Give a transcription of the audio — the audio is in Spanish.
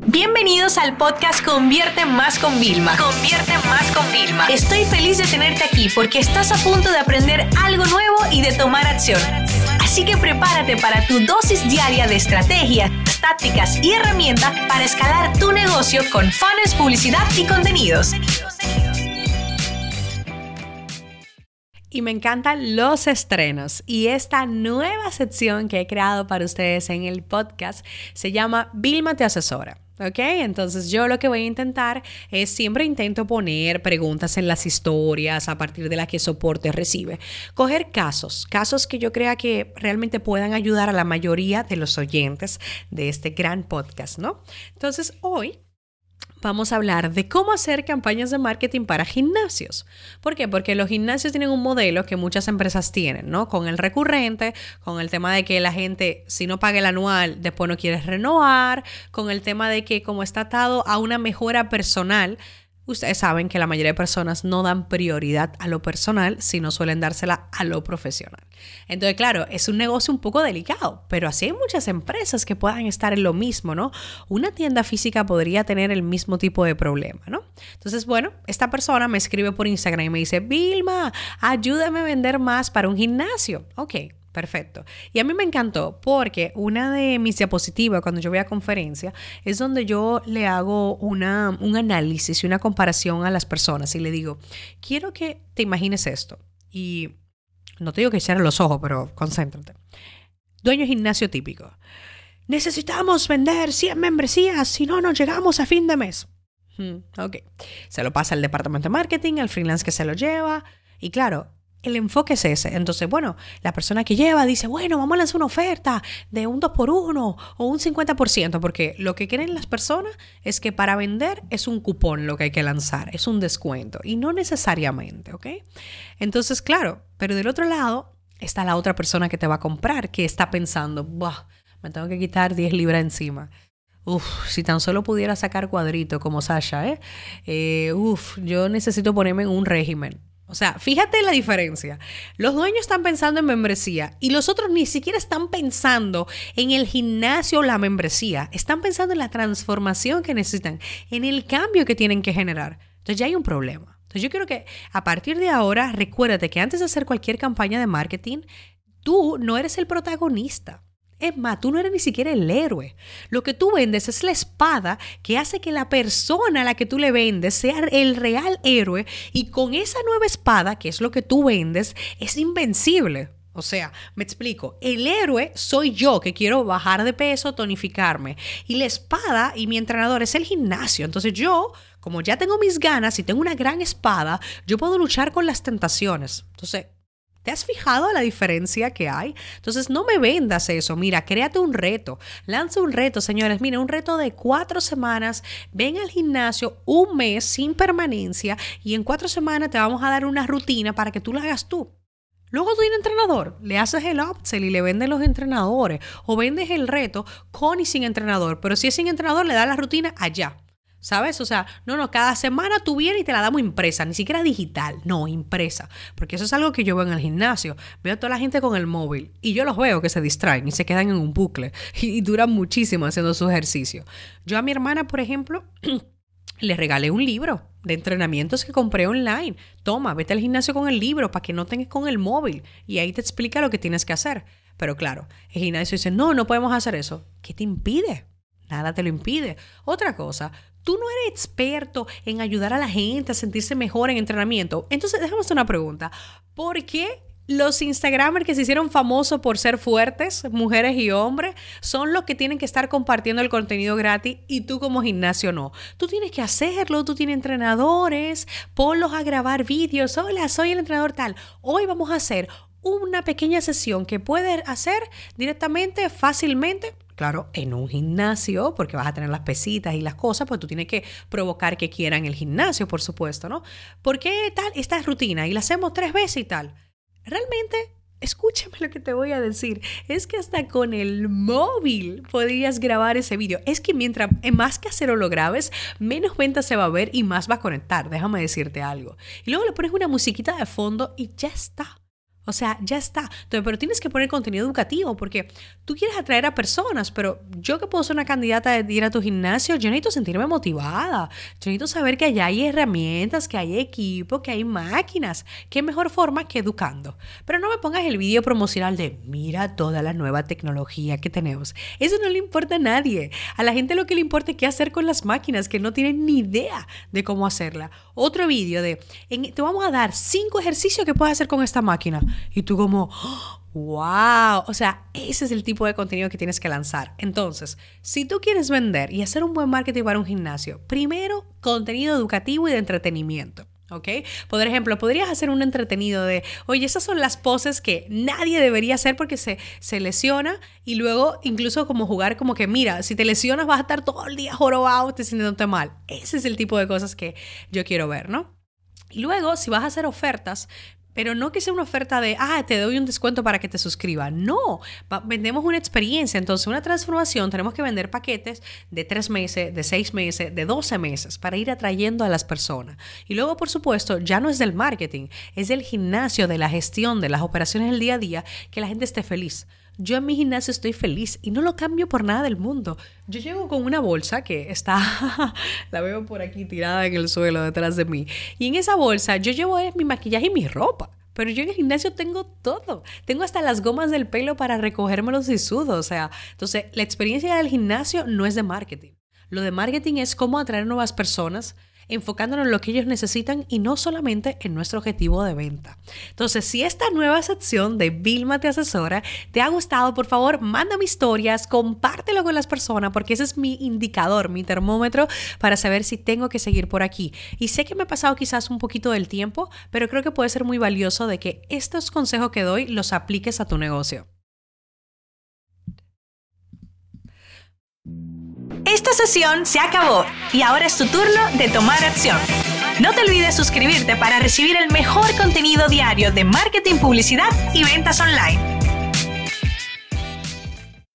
Bienvenidos al podcast Convierte Más con Vilma. Convierte Más con Vilma. Estoy feliz de tenerte aquí porque estás a punto de aprender algo nuevo y de tomar acción. Así que prepárate para tu dosis diaria de estrategias, tácticas y herramientas para escalar tu negocio con funnels, publicidad y contenidos. Y me encantan los estrenos y esta nueva sección que he creado para ustedes en el podcast se llama Vilma te asesora. ¿Ok? Entonces yo lo que voy a intentar es siempre intento poner preguntas en las historias a partir de las que soporte recibe. Coger casos que yo crea que realmente puedan ayudar a la mayoría de los oyentes de este gran podcast, ¿no? Entonces hoy vamos a hablar de cómo hacer campañas de marketing para gimnasios. ¿Por qué? Porque los gimnasios tienen un modelo que muchas empresas tienen, ¿no? Con el recurrente, con el tema de que la gente, si no paga el anual, después no quiere renovar, con el tema de que como está atado a una mejora personal, ustedes saben que la mayoría de personas no dan prioridad a lo personal, sino suelen dársela a lo profesional. Entonces, claro, es un negocio un poco delicado, pero así hay muchas empresas que puedan estar en lo mismo, ¿no? Una tienda física podría tener el mismo tipo de problema, ¿no? Entonces, bueno, esta persona me escribe por Instagram y me dice, Vilma, ayúdame a vender más para un gimnasio. Ok. Perfecto. Y a mí me encantó porque una de mis diapositivas cuando yo voy a conferencia es donde yo le hago un análisis y una comparación a las personas y le digo, quiero que te imagines esto. Y no te digo que cierres los ojos, pero concéntrate. Dueño de gimnasio típico. Necesitamos vender 100 membresías, si no, no llegamos a fin de mes. Ok. Se lo pasa al departamento de marketing, al freelance que se lo lleva. Y claro, el enfoque es ese. Entonces, bueno, la persona que lleva dice, bueno, vamos a lanzar una oferta de un 2x1 o un 50%, porque lo que creen las personas es que para vender es un cupón lo que hay que lanzar, es un descuento, y no necesariamente, ¿ok? Entonces, claro, pero del otro lado está la otra persona que te va a comprar, que está pensando, bah, me tengo que quitar 10 libras encima. Si tan solo pudiera sacar cuadrito como Sasha, yo necesito ponerme en un régimen. O sea, fíjate la diferencia. Los dueños están pensando en membresía y los otros ni siquiera están pensando en el gimnasio o la membresía. Están pensando en la transformación que necesitan, en el cambio que tienen que generar. Entonces ya hay un problema. Entonces yo quiero que a partir de ahora recuérdate que antes de hacer cualquier campaña de marketing, tú no eres el protagonista. Es más, tú no eres ni siquiera el héroe. Lo que tú vendes es la espada que hace que la persona a la que tú le vendes sea el real héroe y con esa nueva espada, que es lo que tú vendes, es invencible. O sea, me explico, el héroe soy yo que quiero bajar de peso, tonificarme. Y la espada y mi entrenador es el gimnasio. Entonces yo, como ya tengo mis ganas y tengo una gran espada, yo puedo luchar con las tentaciones. Entonces, ¿te has fijado la diferencia que hay? Entonces, no me vendas eso. Mira, créate un reto. Lanza un reto, señores. Mira, un reto de 4 semanas. Ven al gimnasio un mes sin permanencia y en 4 semanas te vamos a dar una rutina para que tú la hagas tú. Luego tú tienes entrenador, le haces el upsell y le vendes los entrenadores o vendes el reto con y sin entrenador. Pero si es sin entrenador, le das la rutina allá. ¿Sabes? O sea, no, cada semana tú vienes y te la damos impresa, ni siquiera digital, no, impresa. Porque eso es algo que yo veo en el gimnasio. Veo a toda la gente con el móvil y yo los veo que se distraen y se quedan en un bucle y duran muchísimo haciendo su ejercicio. Yo a mi hermana, por ejemplo, le regalé un libro de entrenamientos que compré online. Toma, vete al gimnasio con el libro para que no tengas con el móvil y ahí te explica lo que tienes que hacer. Pero claro, el gimnasio dice, no podemos hacer eso. ¿Qué te impide? Nada te lo impide. Otra cosa, tú no eres experto en ayudar a la gente a sentirse mejor en entrenamiento. Entonces, déjame hacer una pregunta. ¿Por qué los Instagramers que se hicieron famosos por ser fuertes, mujeres y hombres, son los que tienen que estar compartiendo el contenido gratis y tú como gimnasio no? Tú tienes que hacerlo, tú tienes entrenadores, ponlos a grabar vídeos. Hola, soy el entrenador tal. Hoy vamos a hacer una pequeña sesión que puedes hacer directamente, fácilmente. Claro, en un gimnasio, porque vas a tener las pesitas y las cosas, pues tú tienes que provocar que quieran el gimnasio, por supuesto, ¿no? ¿Por qué tal esta rutina? Y la hacemos 3 veces y tal. Realmente, escúchame lo que te voy a decir. Es que hasta con el móvil podrías grabar ese vídeo. Es que mientras más casero lo grabes, menos ventas se va a ver y más va a conectar. Déjame decirte algo. Y luego le pones una musiquita de fondo y ya está. O sea, ya está. Entonces, pero tienes que poner contenido educativo porque tú quieres atraer a personas, pero yo que puedo ser una candidata de ir a tu gimnasio, yo necesito sentirme motivada. Yo necesito saber que allá hay herramientas, que hay equipo, que hay máquinas. ¿Qué mejor forma que educando? Pero no me pongas el video promocional de mira toda la nueva tecnología que tenemos. Eso no le importa a nadie. A la gente lo que le importa es qué hacer con las máquinas, que no tienen ni idea de cómo hacerla. Otro video de te vamos a dar 5 ejercicios que puedes hacer con esta máquina. Y tú como, wow, o sea, ese es el tipo de contenido que tienes que lanzar. Entonces, si tú quieres vender y hacer un buen marketing para un gimnasio, primero, contenido educativo y de entretenimiento. ¿Ok? Por ejemplo, podrías hacer un entretenido de, oye, esas son las poses que nadie debería hacer porque se lesiona y luego incluso como jugar como que, mira, si te lesionas vas a estar todo el día jorobado, te sintiéndote mal. Ese es el tipo de cosas que yo quiero ver, ¿no? Y luego, si vas a hacer ofertas, pero no que sea una oferta de, te doy un descuento para que te suscribas. No, vendemos una experiencia. Entonces, una transformación, tenemos que vender paquetes de 3 meses, de 6 meses, de 12 meses para ir atrayendo a las personas. Y luego, por supuesto, ya no es del marketing, es del gimnasio, de la gestión, de las operaciones del día a día, que la gente esté feliz. Yo en mi gimnasio estoy feliz y no lo cambio por nada del mundo. Yo llego con una bolsa que está, la veo por aquí tirada en el suelo detrás de mí. Y en esa bolsa yo llevo mi maquillaje y mi ropa. Pero yo en el gimnasio tengo todo. Tengo hasta las gomas del pelo para recogérmelos si sudo. O sea, entonces la experiencia del gimnasio no es de marketing. Lo de marketing es cómo atraer nuevas personas, enfocándonos en lo que ellos necesitan y no solamente en nuestro objetivo de venta. Entonces, si esta nueva sección de Vilma te asesora te ha gustado, por favor, mándame historias, compártelo con las personas porque ese es mi indicador, mi termómetro para saber si tengo que seguir por aquí. Y sé que me he pasado quizás un poquito del tiempo, pero creo que puede ser muy valioso de que estos consejos que doy los apliques a tu negocio. Esta sesión se acabó y ahora es tu turno de tomar acción. No te olvides suscribirte para recibir el mejor contenido diario de marketing, publicidad y ventas online.